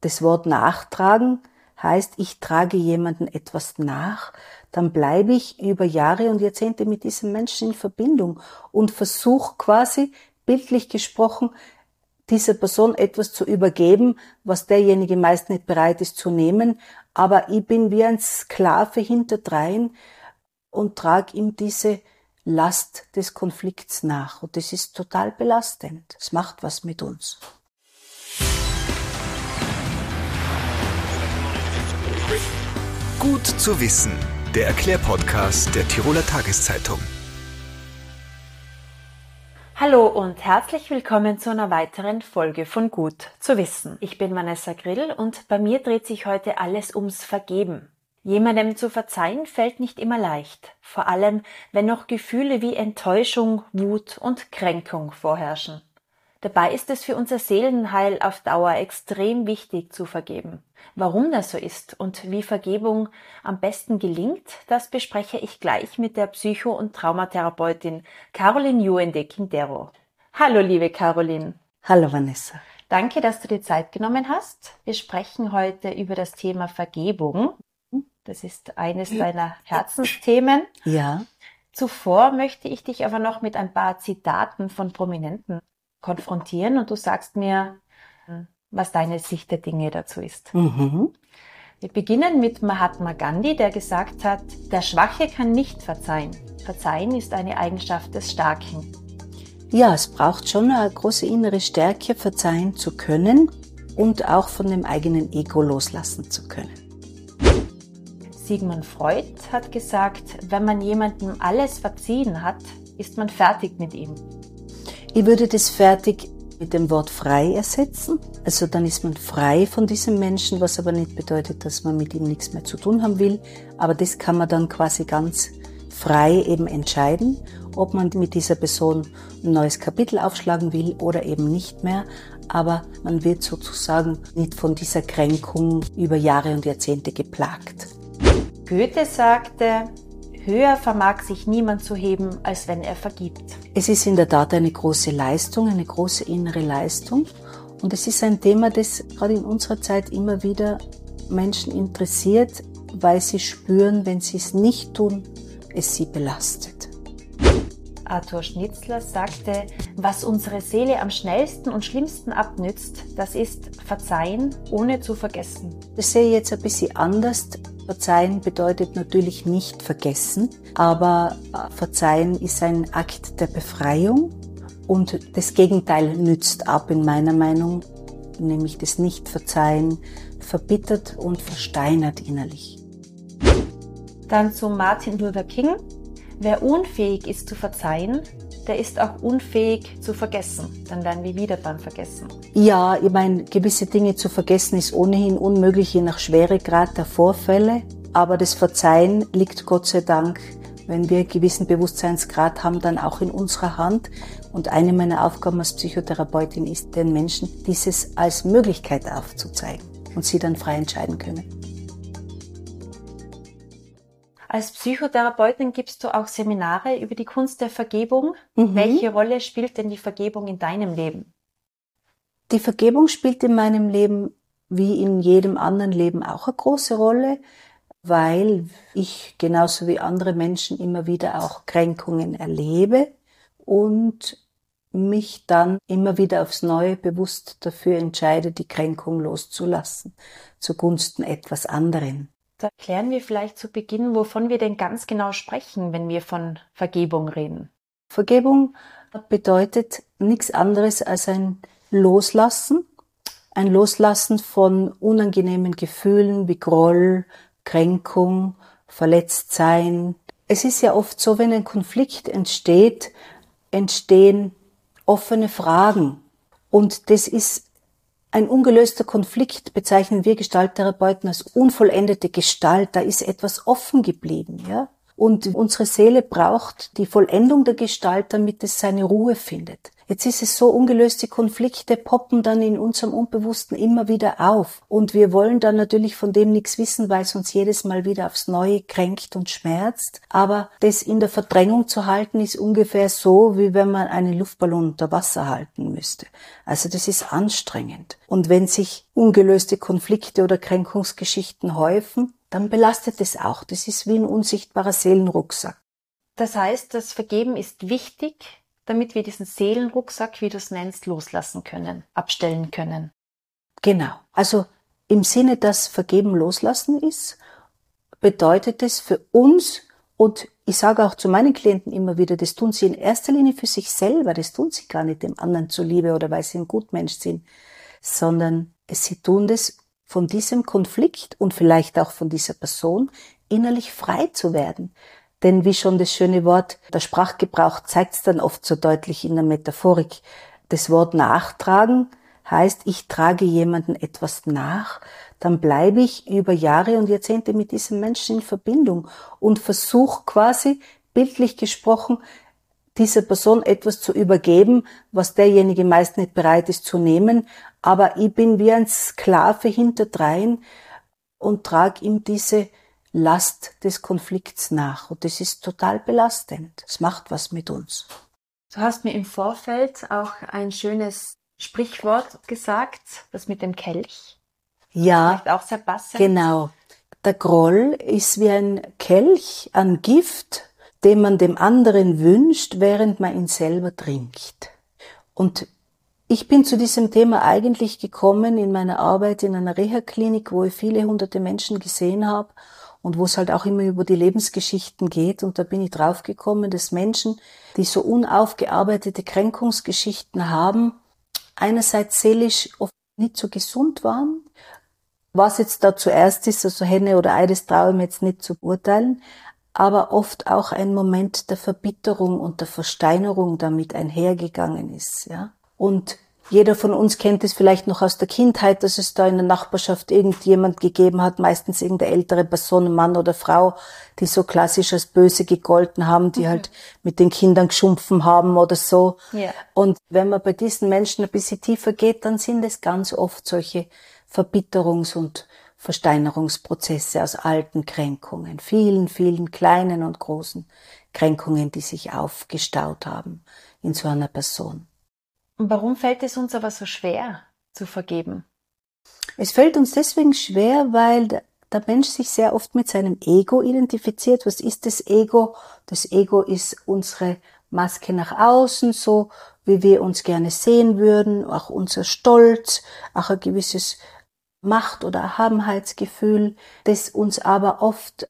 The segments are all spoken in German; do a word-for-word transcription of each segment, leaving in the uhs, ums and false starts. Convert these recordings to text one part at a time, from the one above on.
das Wort nachtragen heißt, ich trage jemandem etwas nach, dann bleibe ich über Jahre und Jahrzehnte mit diesem Menschen in Verbindung und versuche quasi, bildlich gesprochen, dieser Person etwas zu übergeben, was derjenige meist nicht bereit ist zu nehmen, aber ich bin wie ein Sklave hinterdrein und trage ihm diese Last des Konflikts nach. Und das ist total belastend. Es macht was mit uns. Gut zu wissen, der Erklärpodcast der Tiroler Tageszeitung. Hallo und herzlich willkommen zu einer weiteren Folge von Gut zu wissen. Ich bin Vanessa Grill und bei mir dreht sich heute alles ums Vergeben. Jemandem zu verzeihen fällt nicht immer leicht, vor allem wenn noch Gefühle wie Enttäuschung, Wut und Kränkung vorherrschen. Dabei ist es für unser Seelenheil auf Dauer extrem wichtig zu vergeben. Warum das so ist und wie Vergebung am besten gelingt, das bespreche ich gleich mit der Psycho- und Traumatherapeutin Caroline Juende-Quintero. Hallo liebe Caroline. Hallo Vanessa. Danke, dass du dir Zeit genommen hast. Wir sprechen heute über das Thema Vergebung. Das ist eines deiner Herzensthemen. Ja. Zuvor möchte ich dich aber noch mit ein paar Zitaten von Prominenten konfrontieren und du sagst mir, was deine Sicht der Dinge dazu ist. Mhm. Wir beginnen mit Mahatma Gandhi, der gesagt hat, der Schwache kann nicht verzeihen. Verzeihen ist eine Eigenschaft des Starken. Ja, es braucht schon eine große innere Stärke, verzeihen zu können und auch von dem eigenen Ego loslassen zu können. Sigmund Freud hat gesagt, wenn man jemandem alles verziehen hat, ist man fertig mit ihm. Ich würde das fertig mit dem Wort frei ersetzen. Also dann ist man frei von diesem Menschen, was aber nicht bedeutet, dass man mit ihm nichts mehr zu tun haben will. Aber das kann man dann quasi ganz frei eben entscheiden, ob man mit dieser Person ein neues Kapitel aufschlagen will oder eben nicht mehr. Aber man wird sozusagen nicht von dieser Kränkung über Jahre und Jahrzehnte geplagt. Goethe sagte, höher vermag sich niemand zu heben, als wenn er vergibt. Es ist in der Tat eine große Leistung, eine große innere Leistung. Und es ist ein Thema, das gerade in unserer Zeit immer wieder Menschen interessiert, weil sie spüren, wenn sie es nicht tun, es sie belastet. Arthur Schnitzler sagte, was unsere Seele am schnellsten und schlimmsten abnützt, das ist Verzeihen, ohne zu vergessen. Das sehe ich jetzt ein bisschen anders. Verzeihen bedeutet natürlich nicht vergessen, aber Verzeihen ist ein Akt der Befreiung und das Gegenteil nützt ab in meiner Meinung, nämlich das Nicht-Verzeihen verbittert und versteinert innerlich. Dann zu Martin Luther King. Wer unfähig ist zu verzeihen, der ist auch unfähig zu vergessen. Dann wären wir wieder beim Vergessen. Ja, ich meine, gewisse Dinge zu vergessen ist ohnehin unmöglich, je nach Schweregrad der Vorfälle. Aber das Verzeihen liegt Gott sei Dank, wenn wir einen gewissen Bewusstseinsgrad haben, dann auch in unserer Hand. Und eine meiner Aufgaben als Psychotherapeutin ist, den Menschen dieses als Möglichkeit aufzuzeigen und sie dann frei entscheiden können. Als Psychotherapeutin gibst du auch Seminare über die Kunst der Vergebung. Mhm. Welche Rolle spielt denn die Vergebung in deinem Leben? Die Vergebung spielt in meinem Leben wie in jedem anderen Leben auch eine große Rolle, weil ich genauso wie andere Menschen immer wieder auch Kränkungen erlebe und mich dann immer wieder aufs Neue bewusst dafür entscheide, die Kränkung loszulassen, zugunsten etwas anderen. Da erklären wir vielleicht zu Beginn, wovon wir denn ganz genau sprechen, wenn wir von Vergebung reden. Vergebung bedeutet nichts anderes als ein Loslassen, ein Loslassen von unangenehmen Gefühlen wie Groll, Kränkung, Verletztsein. Es ist ja oft so, wenn ein Konflikt entsteht, entstehen offene Fragen. Und das ist ein ungelöster Konflikt, bezeichnen wir Gestalttherapeuten als unvollendete Gestalt. Da ist etwas offen geblieben, ja. Und unsere Seele braucht die Vollendung der Gestalt, damit es seine Ruhe findet. Jetzt ist es so, ungelöste Konflikte poppen dann in unserem Unbewussten immer wieder auf. Und wir wollen dann natürlich von dem nichts wissen, weil es uns jedes Mal wieder aufs Neue kränkt und schmerzt. Aber das in der Verdrängung zu halten, ist ungefähr so, wie wenn man einen Luftballon unter Wasser halten müsste. Also das ist anstrengend. Und wenn sich ungelöste Konflikte oder Kränkungsgeschichten häufen, dann belastet es auch. Das ist wie ein unsichtbarer Seelenrucksack. Das heißt, das Vergeben ist wichtig, damit wir diesen Seelenrucksack, wie du es nennst, loslassen können, abstellen können. Genau. Also im Sinne, dass Vergeben loslassen ist, bedeutet es für uns, und ich sage auch zu meinen Klienten immer wieder, das tun sie in erster Linie für sich selber, das tun sie gar nicht dem anderen zuliebe oder weil sie ein Gutmensch sind, sondern sie tun das von diesem Konflikt und vielleicht auch von dieser Person innerlich frei zu werden. Denn wie schon das schöne Wort, der Sprachgebrauch zeigt es dann oft so deutlich in der Metaphorik. Das Wort nachtragen heißt, ich trage jemandem etwas nach, dann bleibe ich über Jahre und Jahrzehnte mit diesem Menschen in Verbindung und versuche quasi, bildlich gesprochen, dieser Person etwas zu übergeben, was derjenige meist nicht bereit ist zu nehmen, aber ich bin wie ein Sklave hinterdrein und trage ihm diese Last des Konflikts nach. Und das ist total belastend. Es macht was mit uns. Du hast mir im Vorfeld auch ein schönes Sprichwort gesagt, das mit dem Kelch. Ja, Vielleicht auch sehr passend. Genau. Der Groll ist wie ein Kelch an Gift, den man dem anderen wünscht, während man ihn selber trinkt. Und ich bin zu diesem Thema eigentlich gekommen in meiner Arbeit in einer Reha-Klinik, wo ich viele hunderte Menschen gesehen habe und wo es halt auch immer über die Lebensgeschichten geht. Und da bin ich draufgekommen, dass Menschen, die so unaufgearbeitete Kränkungsgeschichten haben, einerseits seelisch oft nicht so gesund waren. Was jetzt da zuerst ist, also Henne oder Ei, das traue ich mir jetzt nicht zu beurteilen, aber oft auch ein Moment der Verbitterung und der Versteinerung damit einhergegangen ist, ja. Und jeder von uns kennt es vielleicht noch aus der Kindheit, dass es da in der Nachbarschaft irgendjemand gegeben hat, meistens irgendeine ältere Person, Mann oder Frau, die so klassisch als böse gegolten haben, die mhm. halt mit den Kindern geschumpfen haben oder so. Ja. Und wenn man bei diesen Menschen ein bisschen tiefer geht, dann sind es ganz oft solche Verbitterungs- und Versteinerungsprozesse aus alten Kränkungen, vielen, vielen kleinen und großen Kränkungen, die sich aufgestaut haben in so einer Person. Und warum fällt es uns aber so schwer zu vergeben? Es fällt uns deswegen schwer, weil der Mensch sich sehr oft mit seinem Ego identifiziert. Was ist das Ego? Das Ego ist unsere Maske nach außen, so wie wir uns gerne sehen würden, auch unser Stolz, auch ein gewisses Macht- oder Erhabenheitsgefühl, das uns aber oft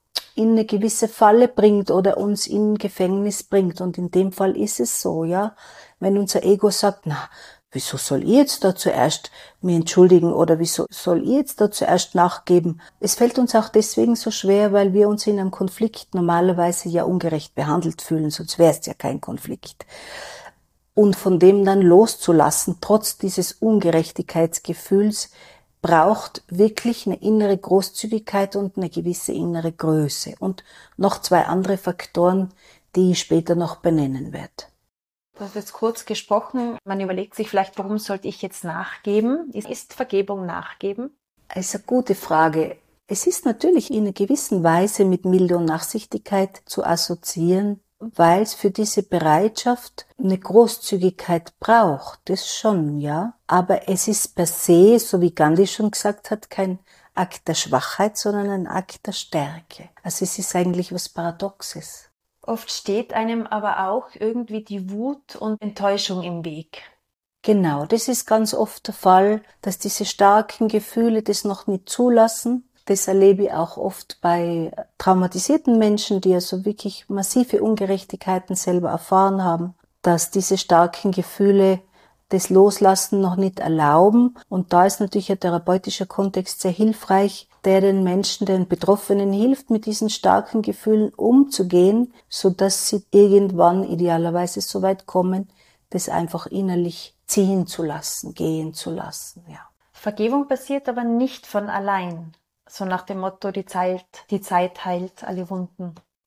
in eine gewisse Falle bringt oder uns in ein Gefängnis bringt. Und in dem Fall ist es so, ja. Wenn unser Ego sagt, na, wieso soll ich jetzt da zuerst mir entschuldigen oder wieso soll ich jetzt da zuerst nachgeben? Es fällt uns auch deswegen so schwer, weil wir uns in einem Konflikt normalerweise ja ungerecht behandelt fühlen, sonst wäre es ja kein Konflikt. Und von dem dann loszulassen, trotz dieses Ungerechtigkeitsgefühls, braucht wirklich eine innere Großzügigkeit und eine gewisse innere Größe. Und noch zwei andere Faktoren, die ich später noch benennen werde. Du hast jetzt kurz gesprochen, man überlegt sich vielleicht, warum sollte ich jetzt nachgeben? Ist Vergebung nachgeben? Das ist eine gute Frage. Es ist natürlich in einer gewissen Weise mit Milde und Nachsichtigkeit zu assoziieren, weil es für diese Bereitschaft eine Großzügigkeit braucht. Das schon, ja. Aber es ist per se, so wie Gandhi schon gesagt hat, kein Akt der Schwachheit, sondern ein Akt der Stärke. Also es ist eigentlich was Paradoxes. Oft steht einem aber auch irgendwie die Wut und Enttäuschung im Weg. Genau, das ist ganz oft der Fall, dass diese starken Gefühle das noch nicht zulassen. Das erlebe ich auch oft bei traumatisierten Menschen, die also wirklich massive Ungerechtigkeiten selber erfahren haben, dass diese starken Gefühle das Loslassen noch nicht erlauben. Und da ist natürlich ein therapeutischer Kontext sehr hilfreich, der den Menschen, den Betroffenen hilft, mit diesen starken Gefühlen umzugehen, sodass sie irgendwann idealerweise so weit kommen, das einfach innerlich ziehen zu lassen, gehen zu lassen, ja. Vergebung passiert aber nicht von allein. So nach dem Motto, die Zeit, die Zeit heilt alle Wunden.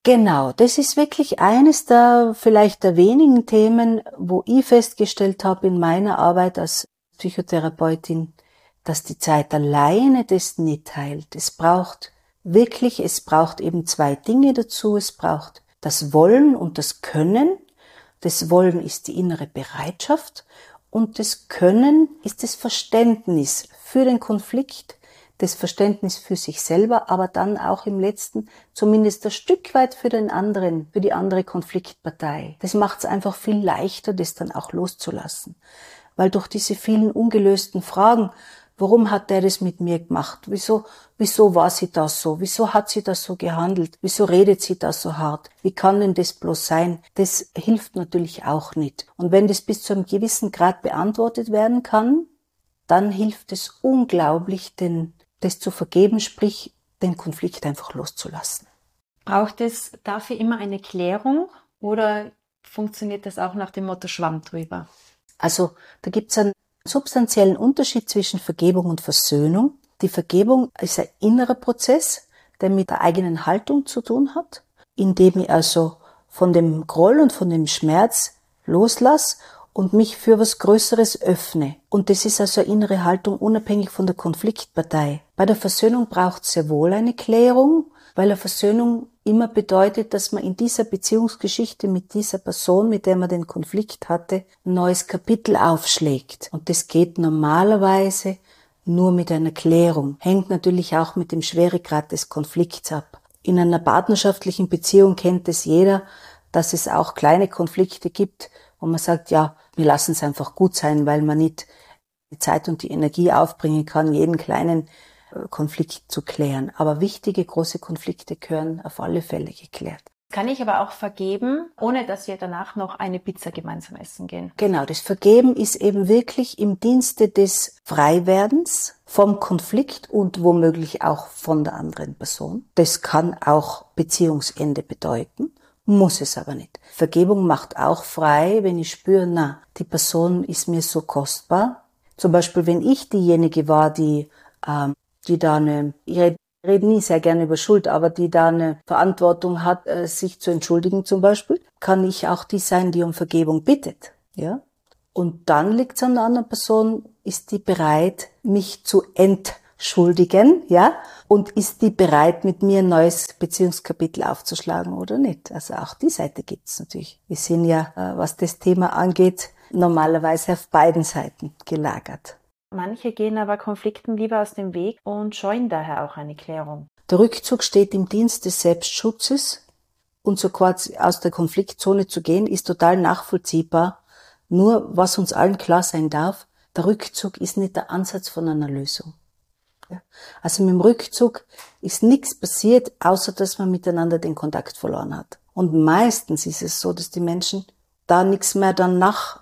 Genau, das ist wirklich eines der, vielleicht der wenigen Themen, wo ich festgestellt habe in meiner Arbeit als Psychotherapeutin, dass die Zeit alleine das nicht heilt. Es braucht wirklich, es braucht eben zwei Dinge dazu. Es braucht das Wollen und das Können. Das Wollen ist die innere Bereitschaft und das Können ist das Verständnis für den Konflikt, das Verständnis für sich selber, aber dann auch im letzten zumindest ein Stück weit für den anderen, für die andere Konfliktpartei. Das macht es einfach viel leichter, das dann auch loszulassen. Weil durch diese vielen ungelösten Fragen, warum hat der das mit mir gemacht? Wieso, wieso war sie das so? Wieso hat sie das so gehandelt? Wieso redet sie das so hart? Wie kann denn das bloß sein? Das hilft natürlich auch nicht. Und wenn das bis zu einem gewissen Grad beantwortet werden kann, dann hilft es unglaublich, den das zu vergeben, sprich, den Konflikt einfach loszulassen. Braucht es dafür immer eine Klärung oder funktioniert das auch nach dem Motto Schwamm drüber? Also, da gibt es einen substanziellen Unterschied zwischen Vergebung und Versöhnung. Die Vergebung ist ein innerer Prozess, der mit der eigenen Haltung zu tun hat, indem ich also von dem Groll und von dem Schmerz loslasse und mich für was Größeres öffne. Und das ist also eine innere Haltung unabhängig von der Konfliktpartei. Bei der Versöhnung braucht es sehr wohl eine Klärung, weil eine Versöhnung immer bedeutet, dass man in dieser Beziehungsgeschichte mit dieser Person, mit der man den Konflikt hatte, ein neues Kapitel aufschlägt. Und das geht normalerweise nur mit einer Klärung. Hängt natürlich auch mit dem Schweregrad des Konflikts ab. In einer partnerschaftlichen Beziehung kennt es jeder, dass es auch kleine Konflikte gibt, wo man sagt, ja, wir lassen es einfach gut sein, weil man nicht die Zeit und die Energie aufbringen kann, jeden kleinen Konflikt zu klären. Aber wichtige, große Konflikte gehören auf alle Fälle geklärt. Kann ich aber auch vergeben, ohne dass wir danach noch eine Pizza gemeinsam essen gehen? Genau, das Vergeben ist eben wirklich im Dienste des Freiwerdens vom Konflikt und womöglich auch von der anderen Person. Das kann auch Beziehungsende bedeuten. Muss es aber nicht. Vergebung macht auch frei, wenn ich spüre, na, die Person ist mir so kostbar. Zum Beispiel, wenn ich diejenige war, die, ähm, die da eine, ich rede red nie sehr gerne über Schuld, aber die da eine Verantwortung hat, äh, sich zu entschuldigen zum Beispiel, kann ich auch die sein, die um Vergebung bittet, ja. Und dann liegt es an der anderen Person, ist die bereit, mich zu entschuldigen, ja, und ist die bereit, mit mir ein neues Beziehungskapitel aufzuschlagen oder nicht. Also auch die Seite gibt's natürlich. Wir sind ja, was das Thema angeht, normalerweise auf beiden Seiten gelagert. Manche gehen aber Konflikten lieber aus dem Weg und scheuen daher auch eine Klärung. Der Rückzug steht im Dienst des Selbstschutzes und so kurz aus der Konfliktzone zu gehen, ist total nachvollziehbar. Nur, was uns allen klar sein darf, der Rückzug ist nicht der Ansatz von einer Lösung. Also mit dem Rückzug ist nichts passiert, außer dass man miteinander den Kontakt verloren hat. Und meistens ist es so, dass die Menschen da nichts mehr dann nach,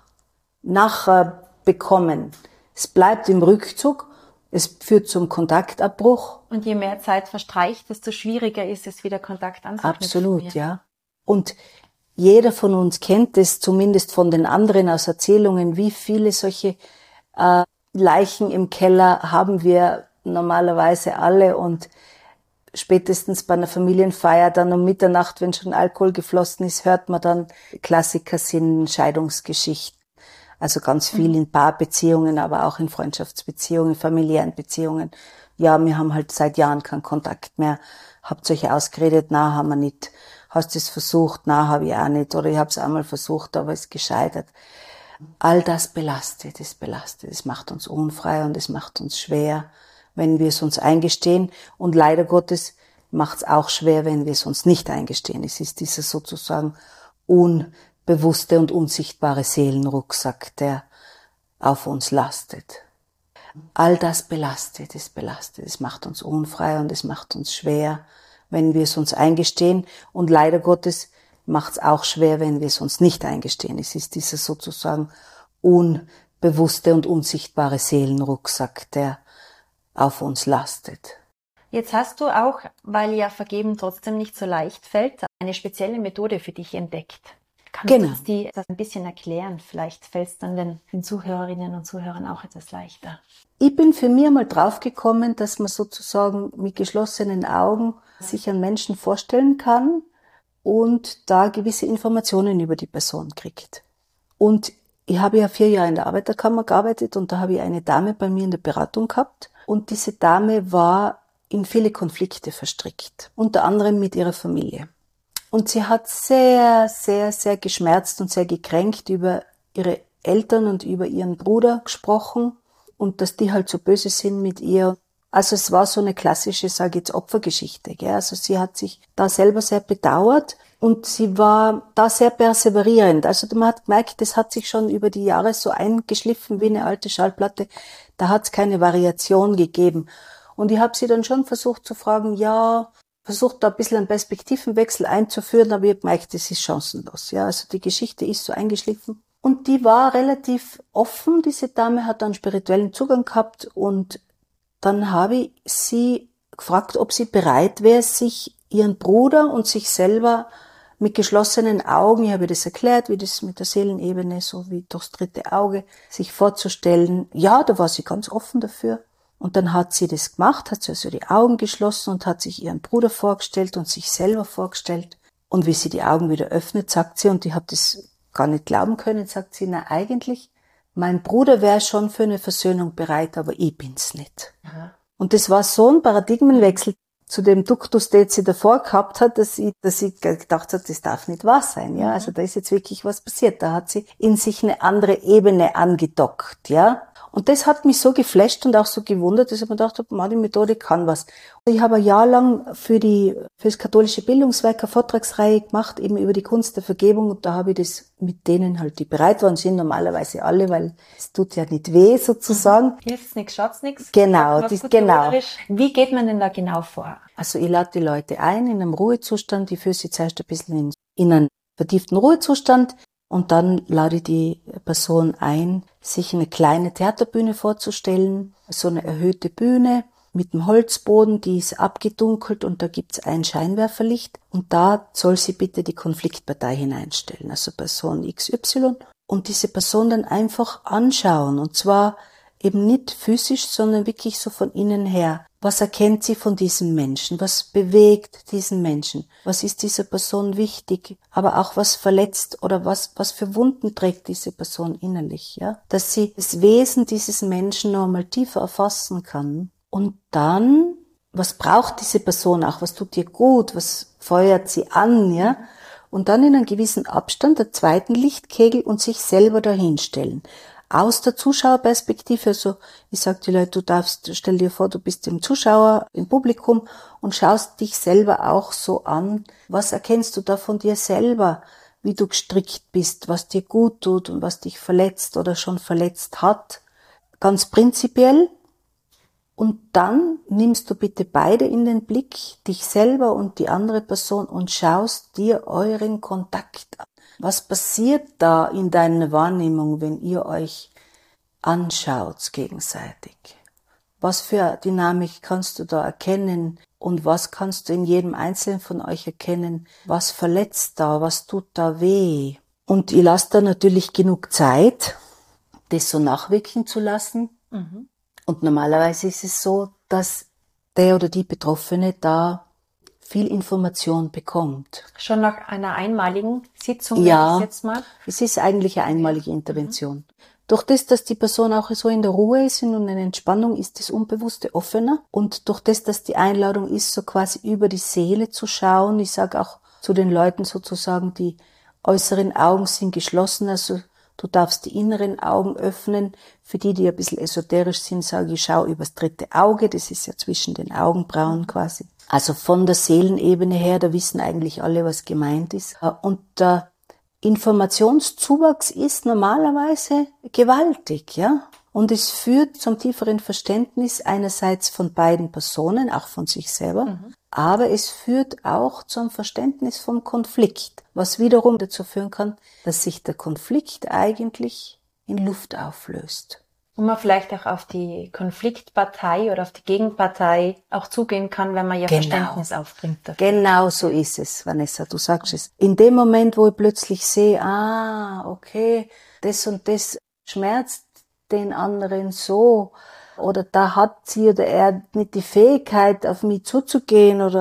nachher bekommen. Es bleibt im Rückzug, es führt zum Kontaktabbruch. Und je mehr Zeit verstreicht, desto schwieriger ist es, wieder Kontakt anzuknüpfen. Absolut, ja. Und jeder von uns kennt es, zumindest von den anderen aus Erzählungen, wie viele solche äh, Leichen im Keller haben wir normalerweise alle und spätestens bei einer Familienfeier dann um Mitternacht, wenn schon Alkohol geflossen ist, hört man dann, Klassiker sind Scheidungsgeschichten. Also ganz viel in Paarbeziehungen, aber auch in Freundschaftsbeziehungen, familiären Beziehungen. Ja, wir haben halt seit Jahren keinen Kontakt mehr. Habt euch ausgeredet? Na, haben wir nicht. Hast du es versucht? Na, habe ich auch nicht. Oder ich habe es einmal versucht, aber es ist gescheitert. All das belastet, es belastet. Es macht uns unfrei und es macht uns schwer, wenn wir es uns eingestehen. Und leider Gottes macht es auch schwer, wenn wir es uns nicht eingestehen. Es ist dieser sozusagen unbewusste und unsichtbare Seelenrucksack, der auf uns lastet. All das belastet, es belastet. Es macht uns unfrei und es macht uns schwer, wenn wir es uns eingestehen. Und leider Gottes macht es auch schwer, wenn wir es uns nicht eingestehen. Es ist dieser sozusagen unbewusste und unsichtbare Seelenrucksack, der auf uns lastet. Jetzt hast du auch, weil ja Vergeben trotzdem nicht so leicht fällt, eine spezielle Methode für dich entdeckt. Kannst Genau. du uns die das ein bisschen erklären? Vielleicht fällt es dann den, den Zuhörerinnen und Zuhörern auch etwas leichter. Ich bin für mich mal draufgekommen, dass man sozusagen mit geschlossenen Augen sich einen Menschen vorstellen kann, und da gewisse Informationen über die Person kriegt. Und ich habe ja vier Jahre in der Arbeiterkammer gearbeitet und da habe ich eine Dame bei mir in der Beratung gehabt und diese Dame war in viele Konflikte verstrickt, unter anderem mit ihrer Familie. Und sie hat sehr, sehr, sehr geschmerzt und sehr gekränkt über ihre Eltern und über ihren Bruder gesprochen und dass die halt so böse sind mit ihr. Also es war so eine klassische, sage ich jetzt, Opfergeschichte. Gell? Also sie hat sich da selber sehr bedauert und sie war da sehr perseverierend. Also man hat gemerkt, das hat sich schon über die Jahre so eingeschliffen wie eine alte Schallplatte. Da hat es keine Variation gegeben. Und ich habe sie dann schon versucht zu fragen, ja, versucht da ein bisschen einen Perspektivenwechsel einzuführen, aber ich habe gemerkt, das ist chancenlos. Ja, also die Geschichte ist so eingeschliffen. Und die war relativ offen, diese Dame hat dann spirituellen Zugang gehabt und dann habe ich sie gefragt, ob sie bereit wäre, sich ihren Bruder und sich selber mit geschlossenen Augen, ich habe ihr das erklärt, wie das mit der Seelenebene, so wie durchs dritte Auge, sich vorzustellen. Ja, da war sie ganz offen dafür. Und dann hat sie das gemacht, hat sie also die Augen geschlossen und hat sich ihren Bruder vorgestellt und sich selber vorgestellt. Und wie sie die Augen wieder öffnet, sagt sie, und ich habe das gar nicht glauben können, sagt sie, na eigentlich, mein Bruder wäre schon für eine Versöhnung bereit, aber ich bin's nicht. Aha. Und das war so ein Paradigmenwechsel zu dem Duktus, den sie davor gehabt hat, dass ich, dass ich gedacht habe, das darf nicht wahr sein, ja. Mhm. Also da ist jetzt wirklich was passiert. Da hat sie in sich eine andere Ebene angedockt, ja. Und das hat mich so geflasht und auch so gewundert, dass ich mir gedacht habe, man, die Methode kann was. Ich habe ein Jahr lang für die, für das katholische Bildungswerk eine Vortragsreihe gemacht, eben über die Kunst der Vergebung, und da habe ich das mit denen halt, die bereit waren, sind normalerweise alle, weil es tut ja nicht weh, sozusagen. Hilft's nix, schaut's nix. Genau, das, genau. Wie geht man denn da genau vor? Also ich lade die Leute ein in einem Ruhezustand, ich führe sie zuerst ein bisschen in, in einen vertieften Ruhezustand, und dann lade ich die Person ein, sich eine kleine Theaterbühne vorzustellen, so eine erhöhte Bühne mit einem Holzboden, die ist abgedunkelt und da gibt's ein Scheinwerferlicht und da soll sie bitte die Konfliktpartei hineinstellen, also Person X Y, und diese Person dann einfach anschauen, und zwar eben nicht physisch, sondern wirklich so von innen her. Was erkennt sie von diesem Menschen? Was bewegt diesen Menschen? Was ist dieser Person wichtig? Aber auch was verletzt oder was, was für Wunden trägt diese Person innerlich, ja? Dass sie das Wesen dieses Menschen noch mal tiefer erfassen kann. Und dann, was braucht diese Person auch? Was tut ihr gut? Was feuert sie an, ja? Und dann in einem gewissen Abstand der zweiten Lichtkegel und sich selber dahinstellen. Aus der Zuschauerperspektive, also ich sage die Leute, du darfst, stell dir vor, du bist im Zuschauer, im Publikum und schaust dich selber auch so an. Was erkennst du da von dir selber, wie du gestrickt bist, was dir gut tut und was dich verletzt oder schon verletzt hat? Ganz prinzipiell. Und dann nimmst du bitte beide in den Blick, dich selber und die andere Person, und schaust dir euren Kontakt an. Was passiert da in deiner Wahrnehmung, wenn ihr euch anschaut gegenseitig? Was für Dynamik kannst du da erkennen und was kannst du in jedem Einzelnen von euch erkennen? Was verletzt da? Was tut da weh? Und ihr lasst da natürlich genug Zeit, das so nachwirken zu lassen. Mhm. Und normalerweise ist es so, dass der oder die Betroffene da viel Information bekommt. Schon nach einer einmaligen Sitzung? Ja, jetzt mal? Es ist eigentlich eine einmalige Intervention. Mhm. Durch das, dass die Person auch so in der Ruhe ist und in der Entspannung, ist das Unbewusste offener. Und durch das, dass die Einladung ist, so quasi über die Seele zu schauen, ich sage auch zu den Leuten sozusagen, die äußeren Augen sind geschlossen, also du darfst die inneren Augen öffnen. Für die, die ein bisschen esoterisch sind, sage ich, schau übers dritte Auge, das ist ja zwischen den Augenbrauen quasi. Also von der Seelenebene her, da wissen eigentlich alle, was gemeint ist. Und der Informationszuwachs ist normalerweise gewaltig, ja. Und es führt zum tieferen Verständnis einerseits von beiden Personen, auch von sich selber, mhm. aber es führt auch zum Verständnis vom Konflikt, was wiederum dazu führen kann, dass sich der Konflikt eigentlich in Luft auflöst. Wo man vielleicht auch auf die Konfliktpartei oder auf die Gegenpartei auch zugehen kann, wenn man ja genau. Verständnis aufbringt dafür. Genau so ist es, Vanessa, du sagst es. In dem Moment, wo ich plötzlich sehe, ah, okay, das und das schmerzt den anderen so, oder da hat sie oder er nicht die Fähigkeit, auf mich zuzugehen, oder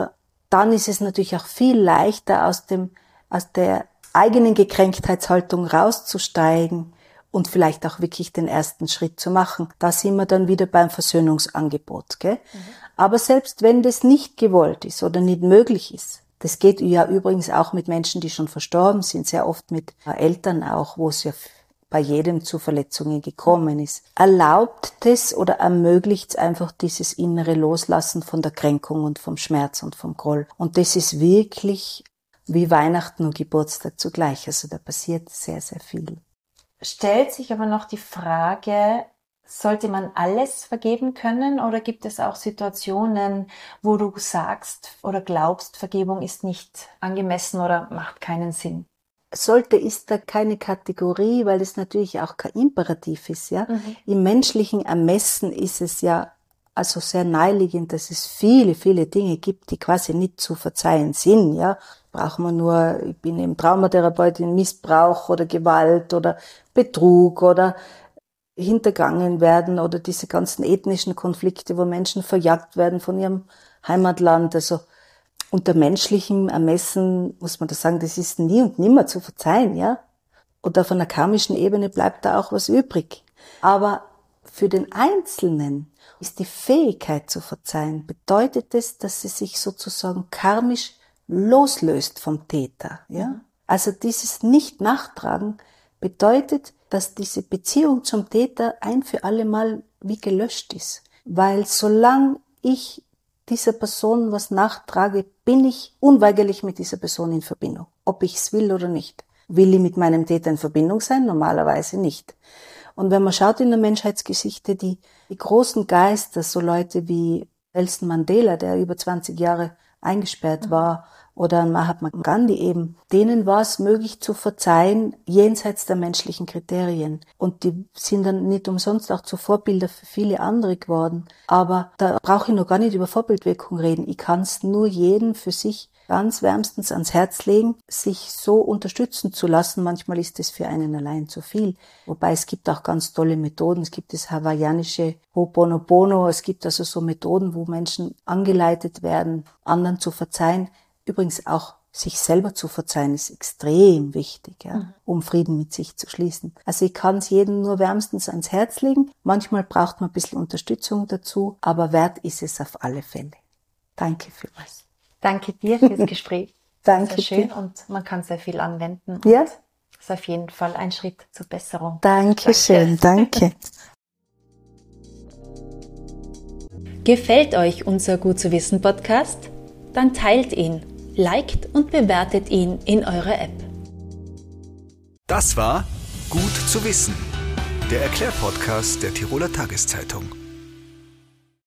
dann ist es natürlich auch viel leichter, aus dem, aus der eigenen Gekränktheitshaltung rauszusteigen und vielleicht auch wirklich den ersten Schritt zu machen. Da sind wir dann wieder beim Versöhnungsangebot, gell? Mhm. Aber selbst wenn das nicht gewollt ist oder nicht möglich ist, das geht ja übrigens auch mit Menschen, die schon verstorben sind, sehr oft mit Eltern auch, wo es ja bei jedem zu Verletzungen gekommen ist. Erlaubt das oder ermöglicht es einfach dieses innere Loslassen von der Kränkung und vom Schmerz und vom Groll. Und das ist wirklich wie Weihnachten und Geburtstag zugleich. Also da passiert sehr, sehr viel. Stellt sich aber noch die Frage, sollte man alles vergeben können oder gibt es auch Situationen, wo du sagst oder glaubst, Vergebung ist nicht angemessen oder macht keinen Sinn? Sollte ist da keine Kategorie, weil es natürlich auch kein Imperativ ist, ja. Mhm. Im menschlichen Ermessen ist es ja also sehr naheliegend, dass es viele, viele Dinge gibt, die quasi nicht zu verzeihen sind, ja. Braucht man nur, ich bin eben Traumatherapeutin, Missbrauch oder Gewalt oder Betrug oder hintergangen werden oder diese ganzen ethnischen Konflikte, wo Menschen verjagt werden von ihrem Heimatland, also unter menschlichem Ermessen muss man da sagen, das ist nie und nimmer zu verzeihen, ja. Und auf einer karmischen Ebene bleibt da auch was übrig. Aber für den Einzelnen ist die Fähigkeit zu verzeihen, bedeutet es, dass sie sich sozusagen karmisch loslöst vom Täter, ja. Also dieses Nicht-Nachtragen bedeutet, dass diese Beziehung zum Täter ein für alle Mal wie gelöscht ist. Weil solange ich dieser Person was nachtrage, bin ich unweigerlich mit dieser Person in Verbindung. Ob ich es will oder nicht. Will ich mit meinem Täter in Verbindung sein? Normalerweise nicht. Und wenn man schaut in der Menschheitsgeschichte, die, die großen Geister, so Leute wie Nelson Mandela, der über zwanzig Jahre eingesperrt war, oder Mahatma Gandhi eben, denen war es möglich zu verzeihen, jenseits der menschlichen Kriterien. Und die sind dann nicht umsonst auch zu Vorbilder für viele andere geworden. Aber da brauche ich noch gar nicht über Vorbildwirkung reden. Ich kann es nur jedem für sich ganz wärmstens ans Herz legen, sich so unterstützen zu lassen. Manchmal ist es für einen allein zu viel. Wobei es gibt auch ganz tolle Methoden. Es gibt das hawaiianische Ho'oponopono. Es gibt also so Methoden, wo Menschen angeleitet werden, anderen zu verzeihen. Übrigens auch sich selber zu verzeihen ist extrem wichtig, ja, mhm. um Frieden mit sich zu schließen. Also ich kann es jedem nur wärmstens ans Herz legen. Manchmal braucht man ein bisschen Unterstützung dazu, aber wert ist es auf alle Fälle. Danke vielmals. Danke dir fürs Gespräch. Danke sehr schön dir. Und man kann sehr viel anwenden. Ja. Das ist auf jeden Fall ein Schritt zur Besserung. Dankeschön, danke. Gefällt euch unser Gut zu wissen Podcast? Dann teilt ihn, liked und bewertet ihn in eurer App. Das war Gut zu wissen, der Erklärpodcast der Tiroler Tageszeitung.